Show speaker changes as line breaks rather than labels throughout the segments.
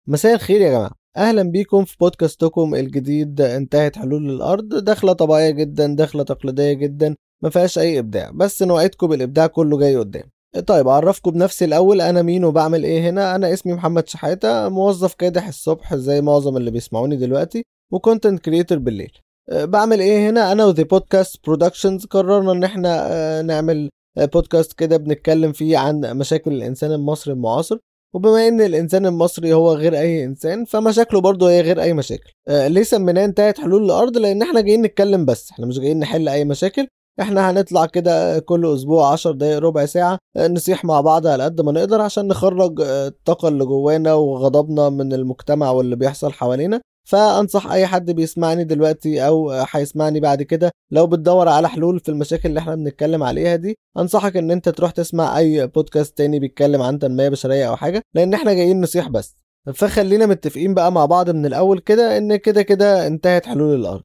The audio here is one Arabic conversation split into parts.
مساء الخير يا جماعة، أهلا بيكم في بودكاستكم الجديد. انتهت حلول الأرض، دخلة طبيعية جدا، دخلة تقليدية جدا، ما فيهاش أي إبداع، بس نوعدكم بالإبداع كله جاي قدام. طيب أعرفكم بنفسي الأول، أنا مين وبعمل إيه هنا. أنا اسمي محمد شحاتة، موظف كادح الصبح زي معظم اللي بيسمعوني دلوقتي، وكونتنت كريتور بالليل. بعمل إيه هنا؟ أنا وذي بودكاست برودكشنز قررنا إن إحنا نعمل بودكاست كده بنتكلم فيه عن مشاكل الإنسان المصري المعاصر. وبما ان الانسان المصري هو غير اي انسان، فمشاكله برضه هي غير اي مشاكل. ليه سميناه انتهت حلول الارض؟ لان احنا جايين نتكلم، بس احنا مش جايين نحل اي مشاكل. احنا هنطلع كده كل اسبوع 10 دقايق ربع ساعة، نصيح مع بعض على قد ما نقدر عشان نخرج الطاقة اللي جوانا وغضبنا من المجتمع واللي بيحصل حوالينا. فانصح اي حد بيسمعني دلوقتي او هيسمعني بعد كده، لو بتدور على حلول في المشاكل اللي احنا بنتكلم عليها دي، انصحك ان انت تروح تسمع اي بودكاست تاني بيتكلم عن تنمية بشرية او حاجة، لان احنا جايين نصيح بس. فخلينا متفقين بقى مع بعض من الاول كده ان كده كده انتهت حلول الارض.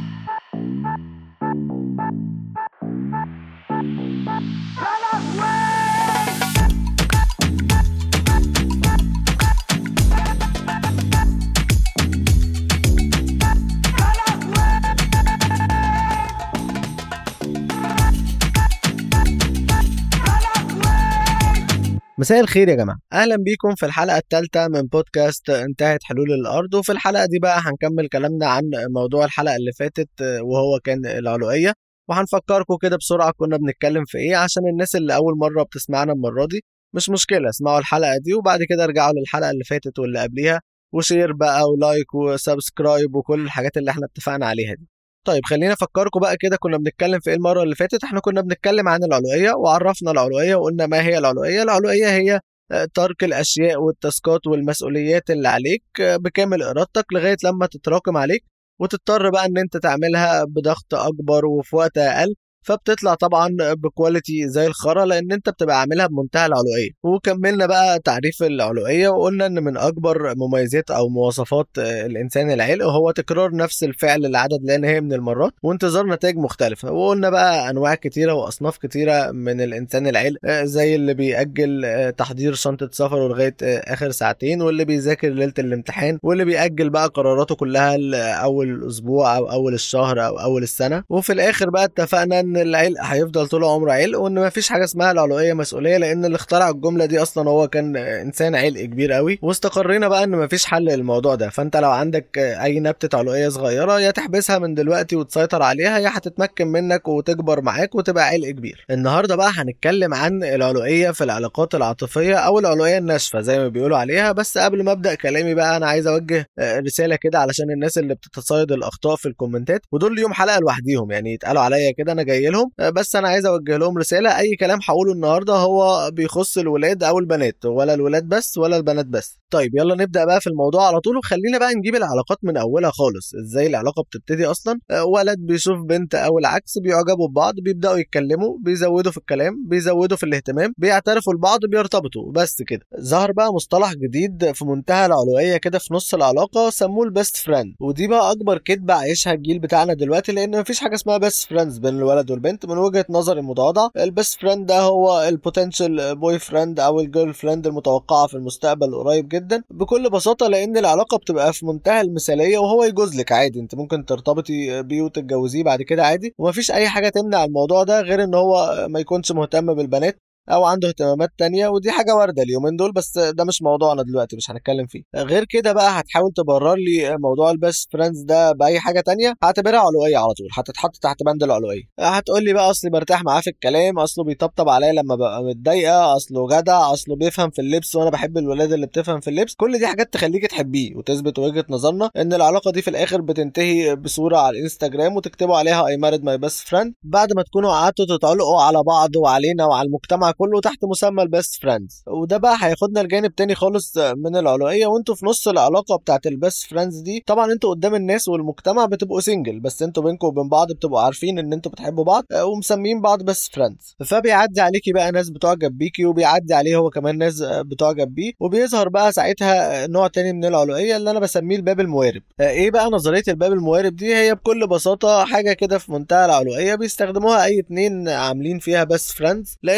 مساء الخير يا جماعة، أهلا بيكم في الحلقة الثالثة من بودكاست انتهت حلول الأرض. وفي الحلقة دي بقى هنكمل كلامنا عن موضوع الحلقة اللي فاتت، وهو كان العلوية. وهنفكركم كده بسرعة كنا بنتكلم في إيه، عشان الناس اللي أول مرة بتسمعنا المرة دي مش مشكلة، اسمعوا الحلقة دي وبعد كده ارجعوا للحلقة اللي فاتت واللي قبليها، وشير بقى ولايك وسبسكرايب وكل الحاجات اللي احنا اتفقنا عليها دي. طيب خلينا افكركم بقى كده، كنا بنتكلم في ايه المره اللي فاتت؟ احنا كنا بنتكلم عن العلويه، وعرفنا العلويه وقلنا ما هي العلويه. العلويه هي ترك الاشياء والتاسكات والمسؤوليات اللي عليك بكامل ارادتك لغايه لما تتراكم عليك، وتضطر بقى ان انت تعملها بضغط اكبر وفي وقت اقل، فبتطلع طبعا بكواليتي زي الخرا، لان انت بتبقى عاملها بمنتهى العلويه. وكملنا بقى تعريف العلويه، وقلنا ان من اكبر مميزات او مواصفات الانسان العلق هو تكرار نفس الفعل لعدد لا نهائي من المرات وانتظار نتائج مختلفه. وقلنا بقى انواع كتيره واصناف كتيره من الانسان العلق، زي اللي بيأجل تحضير شنطه سفره لغايه اخر ساعتين، واللي بيذاكر ليله الامتحان، واللي بيأجل بقى قراراته كلها لاول الاسبوع او اول الشهر او اول السنه. وفي الاخر بقى اتفقنا ان العلق هيفضل طول عمره علق، وان مفيش حاجه اسمها العلويه مسؤوليه، لان اللي اخترع الجمله دي اصلا هو كان انسان علق كبير قوي. واستقرينا بقى ان مفيش حل للموضوع ده. فانت لو عندك اي نبته علويه صغيره، يا تحبسها من دلوقتي وتسيطر عليها، يا هتتمكن منك وتكبر معاك وتبقى علق كبير. النهارده بقى هنتكلم عن العلويه في العلاقات العاطفيه، او العلويه الناشفه زي ما بيقولوا عليها. بس قبل ما ابدا كلامي بقى، انا عايز اوجه رساله كده علشان الناس اللي بتتصيد الاخطاء في الكومنتات، ودول ليهم حلقه لوحديهم، يعني يتقالوا عليا كده انا جاي لهم. بس انا عايز اوجه لهم رساله. اي كلام هقوله النهارده هو بيخص الولاد او البنات، ولا الولاد بس ولا البنات بس. طيب يلا نبدا بقى في الموضوع على طول، وخلينا بقى نجيب العلاقات من اولها خالص. ازاي العلاقه بتبتدي اصلا؟ ولد بيشوف بنت او العكس، بيعجبوا ببعض، بيبداوا يتكلموا، بيزودوا في الكلام، بيزودوا في الاهتمام، بيعترفوا لبعض، بيرتبطوا، بس كده. ظهر بقى مصطلح جديد في منتهى العلويه كده في نص العلاقه، سموه البيست فريند. ودي بقى اكبر كدبه عايشها الجيل بتاعنا دلوقتي، لان مفيش حاجه اسمها بيست فريندز بين الولد والبنت. من وجهه نظري المتواضعه، البيست فريند ده هو البوتنشال بوي فريند او الجيرل فريند المتوقعه في المستقبل القريب جدا، بكل بساطه، لان العلاقه بتبقى في منتهى المثاليه، وهو يجوز لك عادي، انت ممكن ترتبطي بيه وتتجوزيه بعد كده عادي، ومفيش اي حاجه تمنع الموضوع ده غير ان هو ما يكونش مهتم بالبنات او عنده اهتمامات تانية، ودي حاجة واردة اليومين دول، بس ده مش موضوعنا دلوقتي، مش هنتكلم فيه. غير كده بقى هتحاول تبرر لي موضوع البيست فريندز ده بأي حاجة تانية، هعتبرها علوية على طول، هتتحط تحت بند العلوية. هتقول لي بقى اصلي برتاح معاه في الكلام، اصله بيطبطب عليا لما ببقى متضايقة، اصله جدع، اصله بيفهم في اللبس وانا بحب الولاد اللي بتفهم في اللبس. كل دي حاجات تخليك تحبيه وتثبت وجهة نظرنا ان العلاقة دي في الاخر بتنتهي بصورة على الانستجرام وتكتبوا عليها I married my best friend، بعد ما تكونوا قعدتوا تتعلقوا على بعض وعلينا وعلى المجتمع كله تحت مسمى البيست فريندز. وده بقى هياخدنا لجانب تاني خالص من العلوية، وانتوا في نص العلاقة بتاعت البيست فريندز دي. طبعا انتوا قدام الناس والمجتمع بتبقوا سنجل، بس انتوا بينكم وبين بعض بتبقوا عارفين ان انتوا بتحبوا بعض ومسميين بعض بيست فريندز. فبيعدي عليكي بقى ناس بتعجب بيكي، وبيعدي عليه هو كمان ناس بتعجب بيه، وبيظهر بقى ساعتها نوع تاني من العلوية اللي انا بسميه الباب الموارب. ايه بقى نظرية الباب الموارب دي؟ هي بكل بساطة حاجة كده في منتهى العلوية بيستخدموها اي اتنين عاملين فيها بيست فريندز، لان هما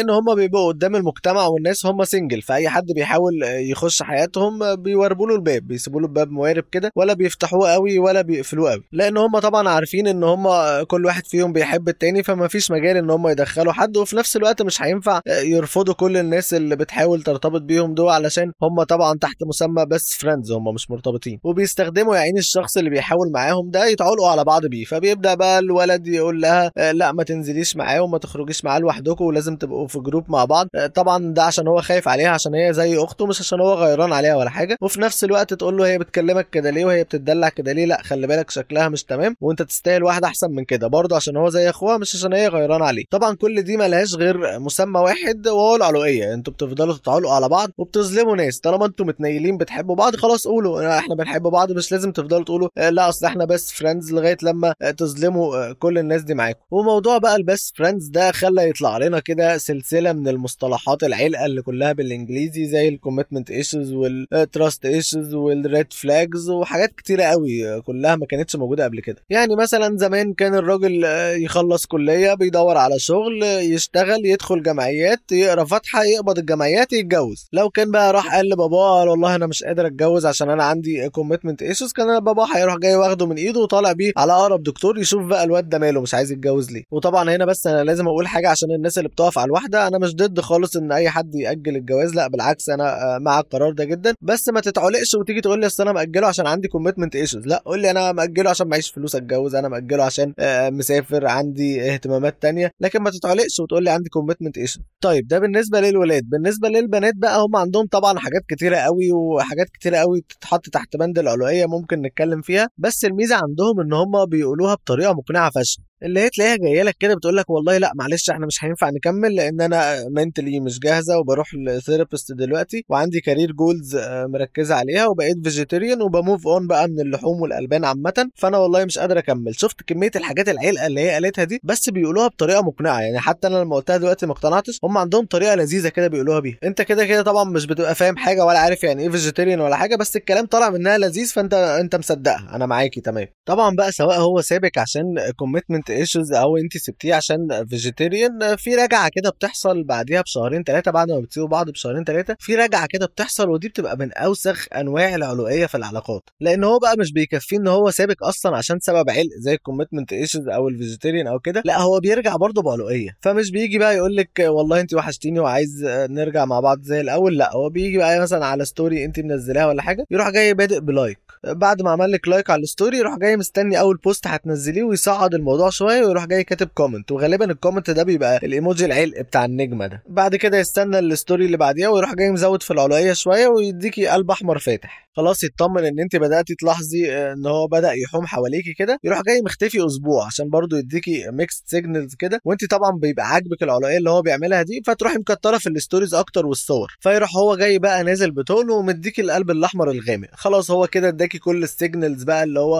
بيبقوا قدام المجتمع والناس هم سنجل، فاي حد بيحاول يخش حياتهم بيوربوا له الباب، بيسيبوا له الباب موارب كده، ولا بيفتحوه قوي ولا بيقفلوه قوي، لان هم طبعا عارفين ان هم كل واحد فيهم بيحب التاني، فما فيش مجال ان هم يدخلوا حد، وفي نفس الوقت مش هينفع يرفضوا كل الناس اللي بتحاول ترتبط بيهم دول، علشان هم طبعا تحت مسمى بس فريندز، هم مش مرتبطين، وبيستخدموا يا عيني الشخص اللي بيحاول معاهم ده يتعلقوا على بعض بيه. فبيبدا بقى الولد يقول لها لا ما تنزليش معاه وما تخرجيش معاه لوحدكم، ولازم تبقوا في جروب مع بعض. طبعا ده عشان هو خايف عليها، عشان هي زي اخته، مش عشان هو غيران عليها ولا حاجه. وفي نفس الوقت تقول له هي بتكلمك كده ليه وهي بتدلع كده ليه، لا خلي بالك شكلها مش تمام وانت تستاهل واحده احسن من كده، برضه عشان هو زي اخوها مش عشان هي غيران عليه. طبعا كل دي ملهاش غير مسمى واحد وهو العلوقيه، انتوا بتفضلوا تتعلقوا على بعض وبتظلموا ناس. طالما انتوا متنيلين بتحبوا بعض خلاص قولوا احنا بنحب بعض، مش لازم تفضلوا تقولوا لا اصل احنا بس فريندز لغايه لما تظلموا كل الناس دي معاكم. وموضوع بقى البست فريندز ده خلى يطلع لنا كده سلسله من المصطلحات العلقه اللي كلها بالانجليزي، زي الكوميتمنت ايشوز والتراست ايشوز والريد فلاجز وحاجات كتيره قوي كلها ما كانتش موجوده قبل كده. يعني مثلا زمان كان الراجل يخلص كليه بيدور على شغل يشتغل يدخل جمعيات يقرا فاتحه يقبض الجمعيات يتجوز. لو كان بقى راح قال لباباه والله انا مش قادر اتجوز عشان انا عندي كوميتمنت ايشوز، كان باباه هيروح جاي واخده من ايده وطالع بيه على اقرب دكتور يشوف بقى الواد ده ماله مش عايز يتجوز ليه. وطبعا هنا بس انا لازم اقول حاجه عشان الناس اللي بتقف على الواحده، انا مش ضد خالص ان اي حد ياجل الجواز، لا بالعكس انا مع القرار ده جدا، بس ما تتعلقش وتيجي تقول لي اصل انا ماجله عشان عندي كوميتمنت ايشوز. لا قول لي انا ماجله عشان معيش فلوس اتجوز، انا ماجله عشان مسافر عندي اهتمامات تانية، لكن ما تتعلقش وتقول لي عندي كوميتمنت ايشوز. طيب ده بالنسبه للولاد. بالنسبه للبنات بقى هم عندهم طبعا حاجات كتيره قوي وحاجات كتيره قوي تتحط تحت بند العلوقيه ممكن نتكلم فيها، بس الميزه عندهم ان هم بيقولوها بطريقه مقنعه فشخ، اللي هي تلاقيها جايه لك كده بتقول لك والله لا معلش احنا مش هينفع نكمل لان انا منتلي مش جاهزه وبروح لثيرابيست دلوقتي وعندي كارير جولز مركزه عليها وبقيت فيجيتيريان وبموف اون بقى من اللحوم والالبان عامه، فانا والله مش قادر اكمل. شفت كميه الحاجات العلقه اللي هي قالتها دي، بس بيقولوها بطريقه مقنعه. يعني حتى انا لما قلتها دلوقتي ما اقتنعتش، هم عندهم طريقه لذيذه كده بيقولوها بيها. انت كده كده طبعا مش بتبقى فاهم حاجه ولا عارف يعني ايه فيجيتيريان ولا حاجه، بس الكلام طالع منها لذيذ فانت مصدقها. انا معاكي تمام. طبعا بقى سواء هو سابك عشان كوميتمنت ايشوز او انت سبتيه عشان فيجيتيريان، في رجعه كده بتحصل بعديها بشهرين ثلاثه، بعد ما بتسيبوا بعض بشهرين ثلاثه في رجعه كده بتحصل، ودي بتبقى من اوسخ انواع العلوقيه في العلاقات، لان هو بقى مش بيكفيه ان هو سابك اصلا عشان سبب علق زي الكوميتمنت ايشوز او الفيجيتيريان او كده، لا هو بيرجع برضه بعلوقيه. فمش بيجي بقى يقول لك والله انت وحشتيني وعايز نرجع مع بعض زي الاول، لا هو بيجي بقى مثلا على ستوري انت منزلاها ولا حاجه يروح جاي بادئ بلايك، بعد ما عمل لك لايك على الستوري يروح جاي مستني اول بوست هتنزليه ويصعد الموضوع شويه ويروح جاي كاتب كومنت، وغالبا الكومنت ده بيبقى الايموجي العلق بتاع النجمه ده. بعد كده يستنى الستوري اللي بعديها ويروح جاي مزود في العلوقيه شويه ويديكي قلب احمر فاتح، خلاص يطمن ان انت بداتي تلاحظي ان هو بدا يحوم حواليكي كده، يروح جاي مختفي اسبوع عشان برضو يديكي ميكس سيجنالز كده، وانت طبعا بيبقى عاجبك العلوقيه اللي هو بيعملها دي، فتروحي مكتره في الستوريز اكتر والصور، فيروح هو جاي بقى نازل بتول ومديكي القلب الاحمر الغامق، خلاص هو كده اداكي كل السيجنالز بقى اللي هو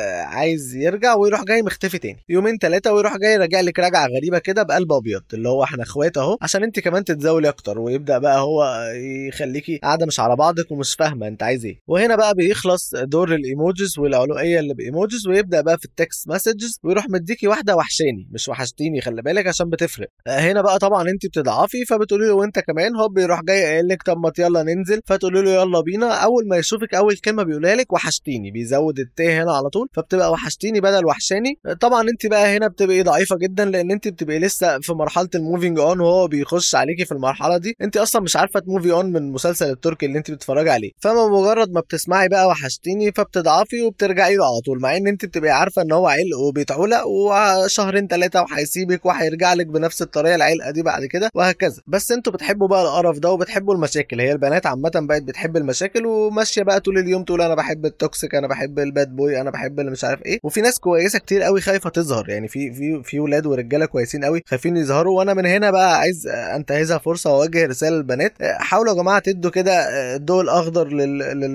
عايز يرجع، ويروح جاي مختفي تاني يومين ثلاثه ويروح جاي راجع لك رجعه غريبه كده بقلب ابيض، اللي هو احنا اخوات اهو عشان انت كمان تتزاولي اكتر، ويبدا بقى هو يخليكي قاعده مش على بعضك ومش فاهمه انت عايز ايه. وهنا بقى بيخلص دور الايموجيز والعلوقيه اللي بايموجيز، ويبدا بقى في التكست مسجز ويروح مديكي واحده وحشاني مش وحشتيني، خلي بالك عشان بتفرق. هنا بقى طبعا انت بتضعفي فبتقولي له وانت كمان، هو بيروح جاي قايل لك طب ما يلا ننزل، فتقولي له يلا بينا. اول ما يشوفك اول كلمه بيقولها لك وحشتيني، بيزود التاء هنا على طول فبتبقى وحشتيني بدل وحشاني. طبعا انت بقى هنا بتبقي ضعيفه جدا لان انت بتبقي لسه في مرحله الموفينج اون وهو بيخش عليكي في المرحله دي، انت اصلا مش عارفه تموفي اون من المسلسل التركي اللي انت بتتفرجي عليه، فما مجرد ما بتسمعي بقى وحشتيني فبتضعفي وبترجعي له على طول، مع ان انت بتبقي عارفه ان هو علق وبيتعلق وشهرين ثلاثه وهيسيبك وهيرجع لك بنفس الطريقه العلقه دي بعد كده وهكذا. بس انتوا بتحبوا بقى القرف ده وبتحبوا المشاكل، هي البنات عامه بقت بتحب المشاكل وماشيه بقى طول اليوم تقول انا بحب التوكسيك، انا بحب الباد بوي، انا بحب اللي مش عارف ايه. وفي ناس كويسه كتير قوي خايفه تظهر، يعني في ولاد ورجاله كويسين قوي خايفين يظهروا، وانا من هنا بقى عايز انتهزها فرصه واوجه رساله للبنات، حاولوا يا جماعه تدوا كده الضوء الاخضر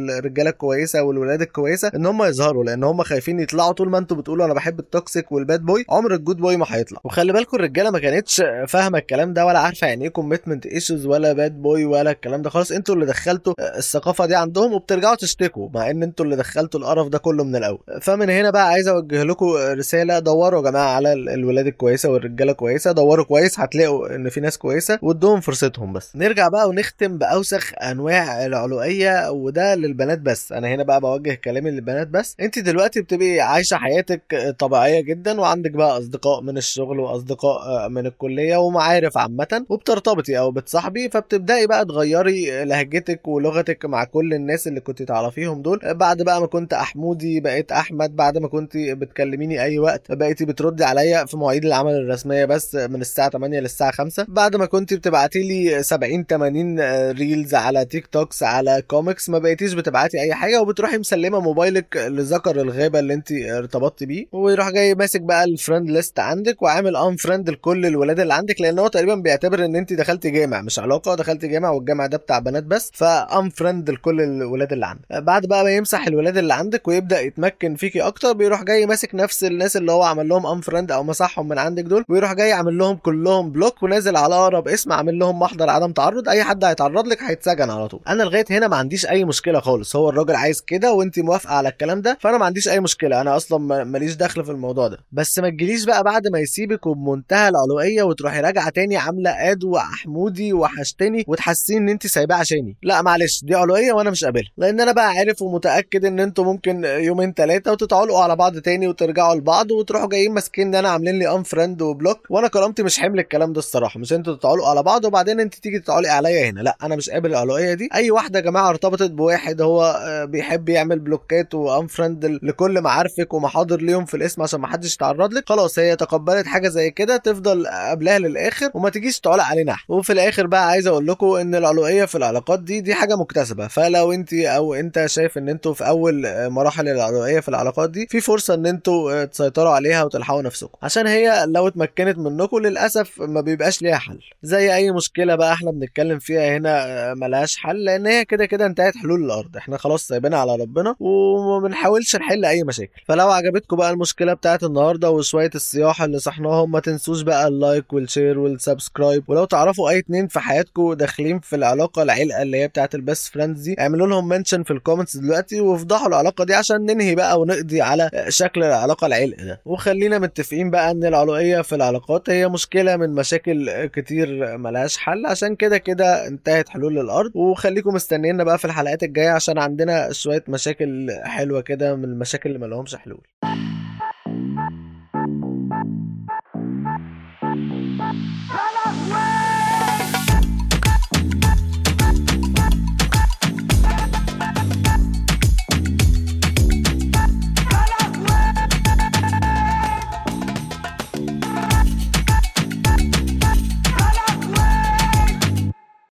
والرجاله الكويسه والولاد الكويسه ان هم يظهروا، لان هم خايفين يطلعوا. طول ما انتوا بتقولوا انا بحب التوكسيك والباد بوي، عمر الجود بوي ما هيطلع. وخلي بالكم الرجاله ما كانتش فاهمه الكلام ده، ولا عارفه يعني ايه كوميتمنت ايشوز ولا باد بوي ولا الكلام ده خالص. انتوا اللي دخلتوا الثقافه دي عندهم، وبترجعوا تشتكوا مع ان انتوا اللي دخلتوا القرف ده كله من الاول. فمن هنا بقى عايز اوجه لكم رساله: دوروا يا جماعه على الولاد الكويسه والرجاله كويسه، دوروا كويس هتلاقوا ان في ناس كويسه وادوهم فرصتهم. بس نرجع بقى ونختم باوسخ انواع العلوقيه، وده للبنات بس. انا هنا بقى بوجه كلامي للبنات بس. انت دلوقتي بتبقي عايشه حياتك طبيعيه جدا، وعندك بقى اصدقاء من الشغل واصدقاء من الكليه ومعارف عامه، وبتصاحبي او بتصاحبي، فبتبداي بقى تغيري لهجتك ولغتك مع كل الناس اللي كنت تعرفيهم دول. بعد بقى ما كنت احمودي بقيت احمد، بعد ما كنت بتكلميني اي وقت بقيتي بتردي عليا في مواعيد العمل الرسميه بس من الساعه 8 للساعه 5. بعد ما كنت بتبعتي لي 70 80 ريلز على تيك توكس على كوميكس، ما بقيتيش بتبعتي اي حاجه، وبتروحي مسلمه موبايلك لذكر الغيبه اللي انت ارتبطتي بيه، ويروح جاي ماسك بقى الفريند ليست عندك وعامل ان فريند لكل الولاد اللي عندك، لان هو تقريبا بيعتبر ان انت دخلتي جامع مش علاقه، دخلتي جامع والجامع ده بتاع بنات بس، فان فريند لكل الولاد اللي عندك. بعد بقى ما يمسح الولاد اللي عندك ويبدا يتمكن فيكي اكتر، بيروح جاي ماسك نفس الناس اللي هو عمل لهم ان فريند او مسحهم من عندك دول، ويروح جاي عامل لهم كلهم بلوك، ونازل على اقرب اسم عامل لهم محضر عدم تعرض. اي حد هيتعرض لك هيتسجن على طول. انا لغايه هنا ما عنديش اي مشكله خالص، هو الراجل عايز كده وانت موافقه على الكلام ده، فانا ما عنديش اي مشكله، انا اصلا ماليش دخل في الموضوع ده. بس ما تجيليش بقى بعد ما يسيبك وبمنتهى العلوئيه وتروحي راجعه تاني عامله اد وحمودي وحشتني وتحسين ان انت سايباه عشاني. لا معلش، دي علوئيه وانا مش قابلها، لان انا بقى عارف ومتاكد ان انتوا ممكن يومين ثلاثه وتتعلقوا على بعض تاني وترجعوا لبعض وتروحوا جايين ماسكين ان انا عاملين لي ان فريند وبلوك، وانا كرامتي مش حمل الكلام ده الصراحه. مش انتوا تتعلقوا على بعض وبعدين انت تيجي تتعلقي عليا هنا، لا انا مش قابل العلوئيه دي. اي واحده يا جماعه ارتبطت بواحد هو بيحب يعمل بلوكات وان فريند لكل معارفك ومحاضر ليهم في الاسم عشان ما حدش يتعرض لك، خلاص هي تقبلت حاجه زي كده، تفضل قبلها للاخر وما تجيش تعلق علينا. وفي الاخر بقى عايز اقول لكم ان العلوئيه في العلاقات دي حاجه مكتسبه، فلو انت او انت شايف ان انتوا في اول مراحل العلوئيه في العلاقات دي، في فرصه ان انتوا تسيطروا عليها وتلحقوا نفسكم، عشان هي لو اتمكنت منكم للاسف ما بيبقاش ليها حل. زي اي مشكله بقى احنا بنتكلم فيها هنا ملهاش حل، لان هي كده كده انتهت حلول الارض، احنا خلاص سايبينها على ربنا وما بنحاولش نحل اي مشاكل. فلو عجبتكم بقى المشكله بتاعت النهارده وشويه الصياح اللي صحناهم، ما تنسوش بقى اللايك والشير والسبسكرايب. ولو تعرفوا اي اتنين في حياتكم داخلين في العلاقه العلقه اللي هي بتاعت البيست فريندز دي، اعملوا لهم منشن في الكومنتس دلوقتي وافضحوا العلاقه دي عشان ننهي بقى ونقضي على شكل العلاقه العلق ده. وخلينا متفقين بقى ان العلوئيه في العلاقات هي مشكله من مشاكل كتير ملهاش حل، عشان كده كده انتهت حلول الارض. وخليكم مستنيين بقى في الحلقات الجايه عشان عندنا شويه مشاكل حلوه كده من المشاكل اللي ملهمش حلول.